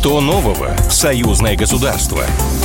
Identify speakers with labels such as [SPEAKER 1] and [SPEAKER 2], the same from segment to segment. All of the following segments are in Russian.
[SPEAKER 1] Что нового в союзное государство?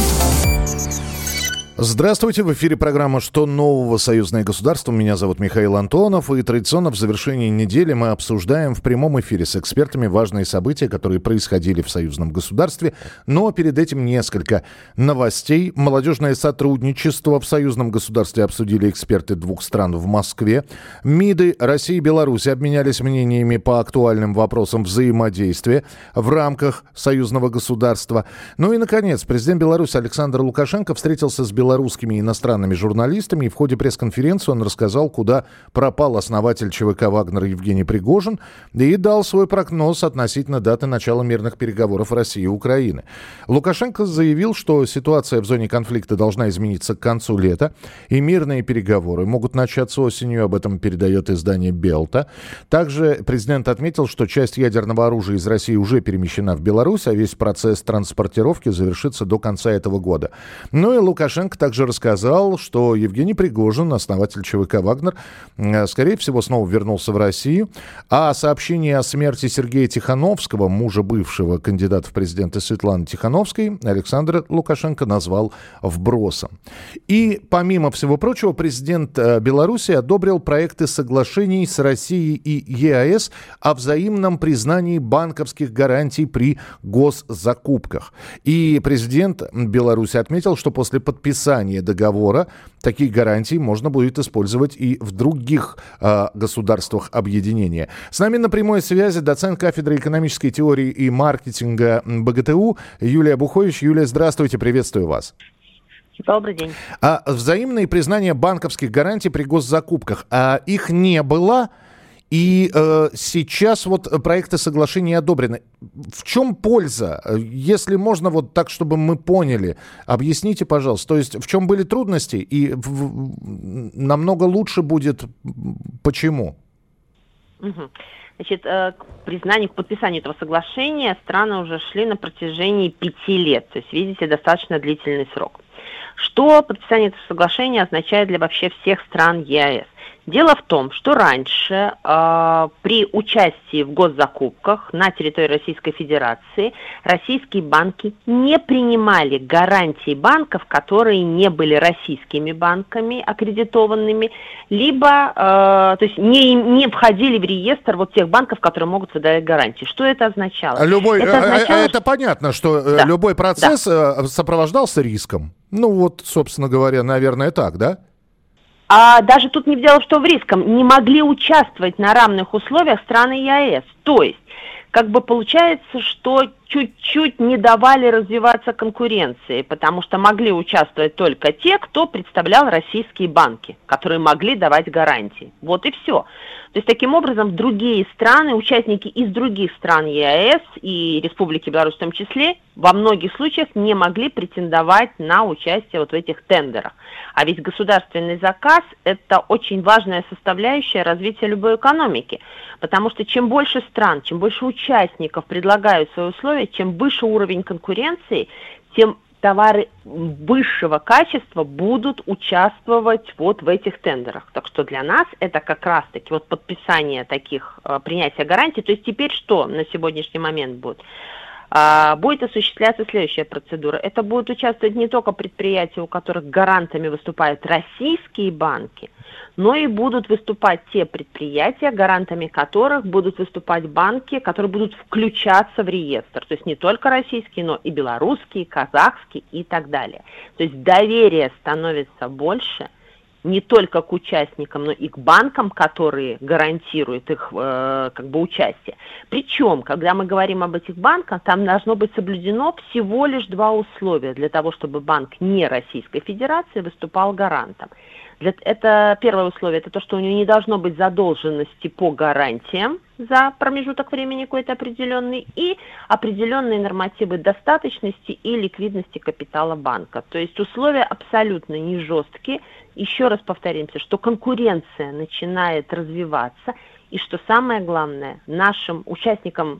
[SPEAKER 2] Здравствуйте, в эфире программа «Что нового? Союзное государство». Меня зовут Михаил Антонов, и традиционно в завершении недели мы обсуждаем в прямом эфире с экспертами важные события, которые происходили в союзном государстве. Но перед этим несколько новостей. Молодежное сотрудничество в союзном государстве обсудили эксперты двух стран в Москве. МИДы России и Беларуси обменялись мнениями по актуальным вопросам взаимодействия в рамках союзного государства. Ну и, наконец, президент Беларуси Александр Лукашенко встретился с белорусскими и иностранными журналистами, и в ходе пресс-конференции он рассказал, куда пропал основатель ЧВК «Вагнер» Евгений Пригожин, и дал свой прогноз относительно даты начала мирных переговоров России и Украины. Лукашенко заявил, что ситуация в зоне конфликта должна измениться к концу лета, и мирные переговоры могут начаться осенью, об этом передает издание «Белта». Также президент отметил, что часть ядерного оружия из России уже перемещена в Беларусь, а весь процесс транспортировки завершится до конца этого года. Ну и Лукашенко также рассказал, что Евгений Пригожин, основатель ЧВК «Вагнер», скорее всего, снова вернулся в Россию, а сообщение о смерти Сергея Тихановского, мужа бывшего кандидата в президенты Светланы Тихановской, Александр Лукашенко назвал вбросом. И, помимо всего прочего, президент Беларуси одобрил проекты соглашений с Россией и ЕАЭС о взаимном признании банковских гарантий при госзакупках. И президент Беларуси отметил, что после подписания договора такие гарантии можно будет использовать и в других государствах объединения. С нами на прямой связи доцент кафедры экономической теории и маркетинга БГТУ Юлия Бухович. Юлия, здравствуйте, приветствую вас.
[SPEAKER 3] Добрый день.
[SPEAKER 2] Взаимные признания банковских гарантий при госзакупках. Их не было. И сейчас вот проекты соглашений одобрены. В чем польза? Если можно вот так, чтобы мы поняли, объясните, пожалуйста. То есть в чем были трудности и намного лучше будет почему?
[SPEAKER 3] Значит, к подписанию этого соглашения страны уже шли на протяжении 5 лет. То есть, видите, достаточно длительный срок. Что подписание этого соглашения означает для вообще всех стран ЕАЭС? Дело в том, что раньше при участии в госзакупках на территории Российской Федерации российские банки не принимали гарантии банков, которые не были российскими банками аккредитованными, либо то есть не входили в реестр вот тех банков, которые могут выдавать гарантии. Что это означало?
[SPEAKER 2] Это понятно, что да, любой процесс сопровождался риском. Ну вот, собственно говоря, наверное, так, да?
[SPEAKER 3] А даже тут не дело, что в риском не могли участвовать на равных условиях страны ЕАЭС. То есть, как бы получается, что чуть-чуть не давали развиваться конкуренции, потому что могли участвовать только те, кто представлял российские банки, которые могли давать гарантии. Вот и все. То есть, таким образом, другие страны, участники из других стран ЕАЭС и Республики Беларусь в том числе, во многих случаях не могли претендовать на участие вот в этих тендерах. А ведь государственный заказ – это очень важная составляющая развития любой экономики, потому что чем больше стран, чем больше участников предлагают свои условия, чем выше уровень конкуренции, тем товары высшего качества будут участвовать вот в этих тендерах. Так что для нас это как раз-таки вот подписание таких, принятия гарантий. То есть теперь что на сегодняшний момент будет? Будет осуществляться следующая процедура. Это будут участвовать не только предприятия, у которых гарантами выступают российские банки, но и будут выступать те предприятия, гарантами которых будут выступать банки, которые будут включаться в реестр. То есть не только российские, но и белорусские, казахские и так далее. То есть доверие становится больше не только к участникам, но и к банкам, которые гарантируют их участие. Причем, когда мы говорим об этих банках, там должно быть соблюдено всего лишь 2 условия для того, чтобы банк не Российской Федерации выступал гарантом. Это первое условие, это то, что у него не должно быть задолженности по гарантиям за промежуток времени какой-то определенный и определенные нормативы достаточности и ликвидности капитала банка. То есть условия абсолютно не жесткие. Еще раз повторимся, что конкуренция начинает развиваться и, что самое главное, нашим участникам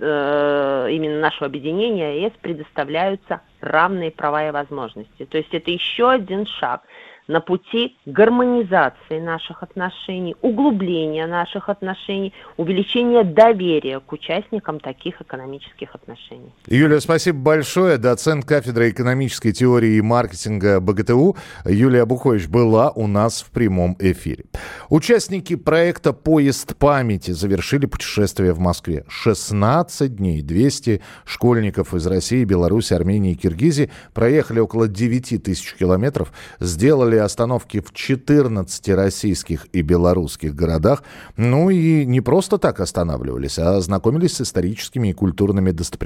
[SPEAKER 3] именно нашего объединения ЕС предоставляются равные права и возможности. То есть это еще один шаг на пути гармонизации наших отношений, углубления наших отношений, увеличения доверия к участникам таких экономических отношений.
[SPEAKER 2] Юлия, спасибо большое. Доцент кафедры экономической теории и маркетинга БГТУ Юлия Абухович была у нас в прямом эфире. Участники проекта «Поезд памяти» завершили путешествие в Москве. 16 дней. 200 школьников из России, Беларуси, Армении и Киргизии проехали около 9 тысяч километров, сделали остановки в 14 российских и белорусских городах. Ну и не просто так останавливались, а ознакомились с историческими и культурными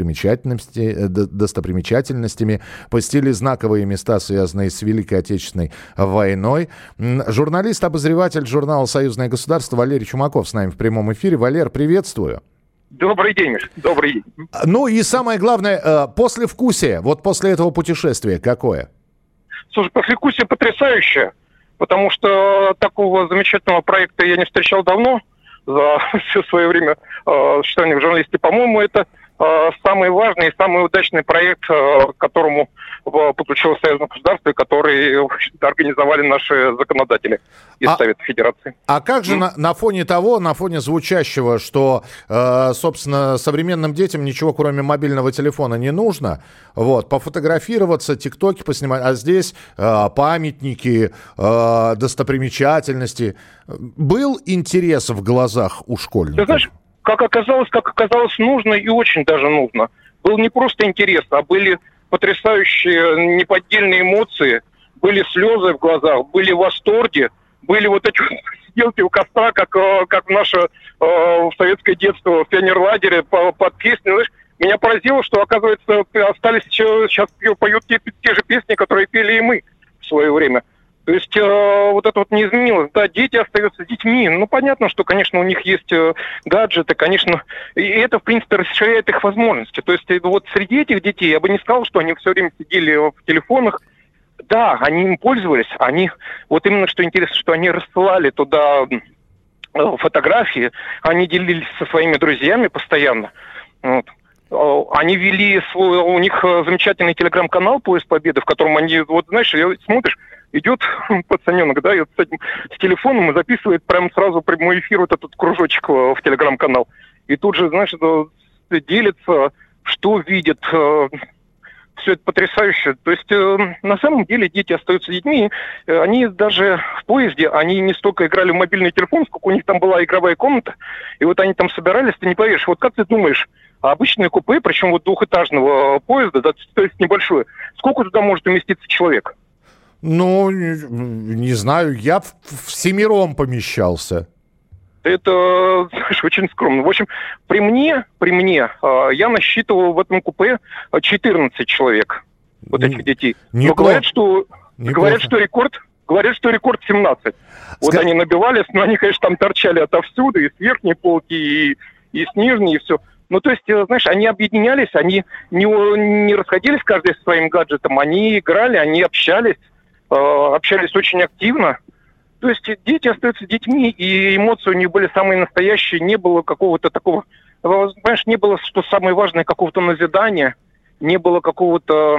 [SPEAKER 2] достопримечательностями, посетили знаковые места, связанные с Великой Отечественной войной. Журналист-обозреватель журнала «Союзное государство» Валерий Чумаков с нами в прямом эфире. Валер, приветствую.
[SPEAKER 4] Добрый день, Миш. Добрый день.
[SPEAKER 2] Ну и самое главное, послевкусие, вот после этого путешествия какое?
[SPEAKER 4] Слушай, послевкусие потрясающее, потому что такого замечательного проекта я не встречал давно за все свое время существования в журналистике. По-моему, это самый важный и самый удачный проект, к которому подключилось Союзное государство, и который организовали наши законодатели из Совета Федерации.
[SPEAKER 2] А как же на фоне того, на фоне звучащего, что, собственно, современным детям ничего кроме мобильного телефона не нужно, вот, пофотографироваться, тиктоки поснимать, а здесь памятники, достопримечательности. Был интерес в глазах у школьников?
[SPEAKER 4] Ты знаешь, как оказалось, нужно и очень даже нужно. Был не просто интерес, а были потрясающие неподдельные эмоции, были слезы в глазах, были восторги, были вот эти сиделки у костра, как в наше в советское детство в пионерлагере под песни. Знаешь, меня поразило, что, оказывается, остались сейчас поют те же песни, которые пели и мы в свое время. То есть вот это вот не изменилось. Да, дети остаются детьми. Ну, понятно, что, конечно, у них есть гаджеты, конечно, и это, в принципе, расширяет их возможности. То есть вот среди этих детей я бы не сказал, что они все время сидели в телефонах. Да, они им пользовались, они, вот именно что интересно, что они рассылали туда фотографии, они делились со своими друзьями постоянно. Вот. Они вели у них замечательный телеграм-канал «Поезд Победы», в котором они, вот знаешь, смотришь, идет пацаненок, да, и вот с телефоном и записывает прямо сразу прямой эфир вот этот кружочек в телеграм-канал. И тут же, знаешь, делится, что видит. Все это потрясающе. То есть, на самом деле, дети остаются детьми. Они даже в поезде, они не столько играли в мобильный телефон, сколько у них там была игровая комната. И вот они там собирались, ты не поверишь. Вот как ты думаешь, обычное купе, причем вот двухэтажного поезда, да, то есть небольшое, сколько туда может уместиться человек?
[SPEAKER 2] Ну, не знаю, я в семером помещался.
[SPEAKER 4] Это, знаешь, очень скромно. В общем, при мне я насчитывал в этом купе 14 человек, вот этих детей. Но говорят, что рекорд 17. Вот они набивались, но они, конечно, там торчали отовсюду, и с верхней полки, и с нижней, и все. Ну, то есть, знаешь, они объединялись, они не расходились каждый со своим гаджетом, они играли, они общались очень активно. То есть дети остаются детьми, и эмоции у них были самые настоящие, не было какого-то такого, понимаешь, не было, что самое важное, какого-то назидания, не было какого-то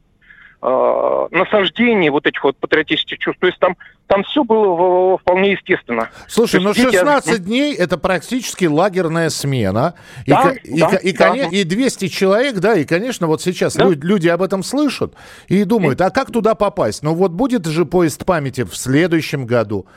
[SPEAKER 4] насаждения вот этих вот патриотических чувств. То есть там все было вполне естественно.
[SPEAKER 2] Слушай, ну 16 дней это практически лагерная смена. И 200 человек, да, и, конечно, вот сейчас люди об этом слышат и думают, а как туда попасть? Ну вот будет же поезд памяти в следующем году.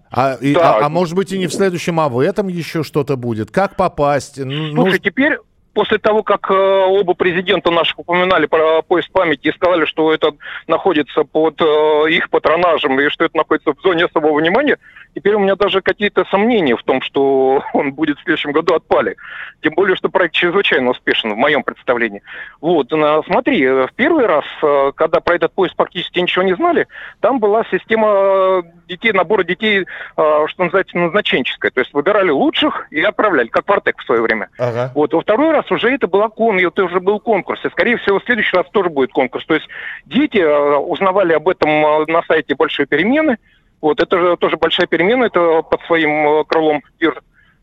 [SPEAKER 2] А может быть и не в следующем, а в этом еще что-то будет. Как попасть?
[SPEAKER 4] Слушай, теперь... После того, как оба президента наших упоминали про поезд памяти и сказали, что это находится под их патронажем и что это находится в зоне особого внимания, теперь у меня даже какие-то сомнения в том, что он будет в следующем году, отпали. Тем более, что проект чрезвычайно успешен, в моем представлении. Вот, смотри, в первый раз, когда про этот поезд практически ничего не знали, там была система набора детей, что называется, назначенческая. То есть выбирали лучших и отправляли, как в Артек в свое время. Ага. Вот, во второй раз уже это уже был конкурс. И, скорее всего, в следующий раз тоже будет конкурс. То есть дети узнавали об этом на сайте «Большой перемены». Вот, это же тоже большая перемена, это под своим крылом держит.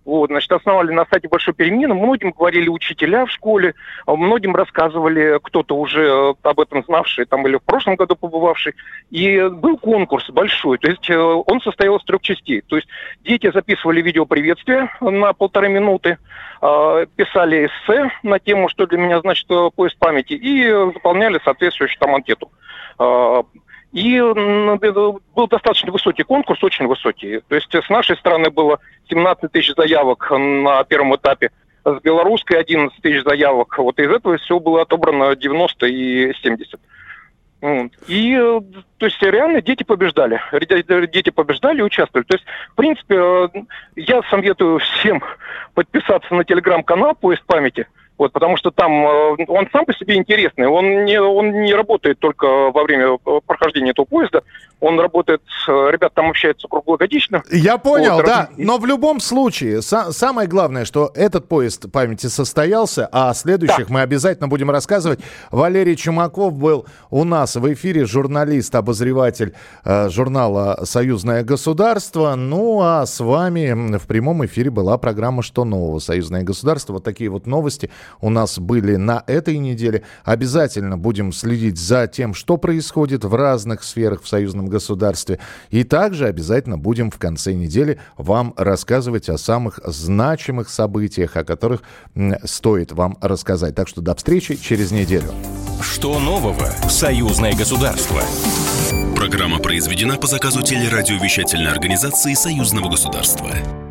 [SPEAKER 4] Вот, значит, основали на сайте «Большой перемены». Многим говорили учителя в школе, многим рассказывали кто-то уже об этом знавший, там, или в прошлом году побывавший. И был конкурс большой, то есть он состоял из 3 частей. То есть дети записывали видеоприветствие на 1,5 минуты, писали эссе на тему, что для меня значит поезд памяти, и заполняли соответствующую там анкету. И был достаточно высокий конкурс, очень высокий. То есть с нашей стороны было 17 тысяч заявок на первом этапе, с белорусской 11 тысяч заявок. Вот из этого всего было отобрано 90 и 70. И, то есть, реально дети побеждали. Дети побеждали и участвовали. То есть, в принципе, я советую всем подписаться на телеграм-канал «Поезд памяти». Вот, потому что там он сам по себе интересный, он не работает только во время прохождения этого поезда, он работает, ребята там общаются круглогодично.
[SPEAKER 2] Я понял, вот, да, но в любом случае, самое главное, что этот поезд памяти состоялся, а о следующих мы обязательно будем рассказывать. Валерий Чумаков был у нас в эфире, журналист, обозреватель журнала «Союзное государство». Ну, а с вами в прямом эфире была программа «Что нового? Союзное государство». Вот такие вот новости у нас были на этой неделе. Обязательно будем следить за тем, что происходит в разных сферах в союзном государстве. И также обязательно будем в конце недели вам рассказывать о самых значимых событиях, о которых стоит вам рассказать. Так что до встречи через неделю.
[SPEAKER 1] Что нового? Союзное государство.
[SPEAKER 5] Программа произведена по заказу телерадиовещательной организации Союзного государства.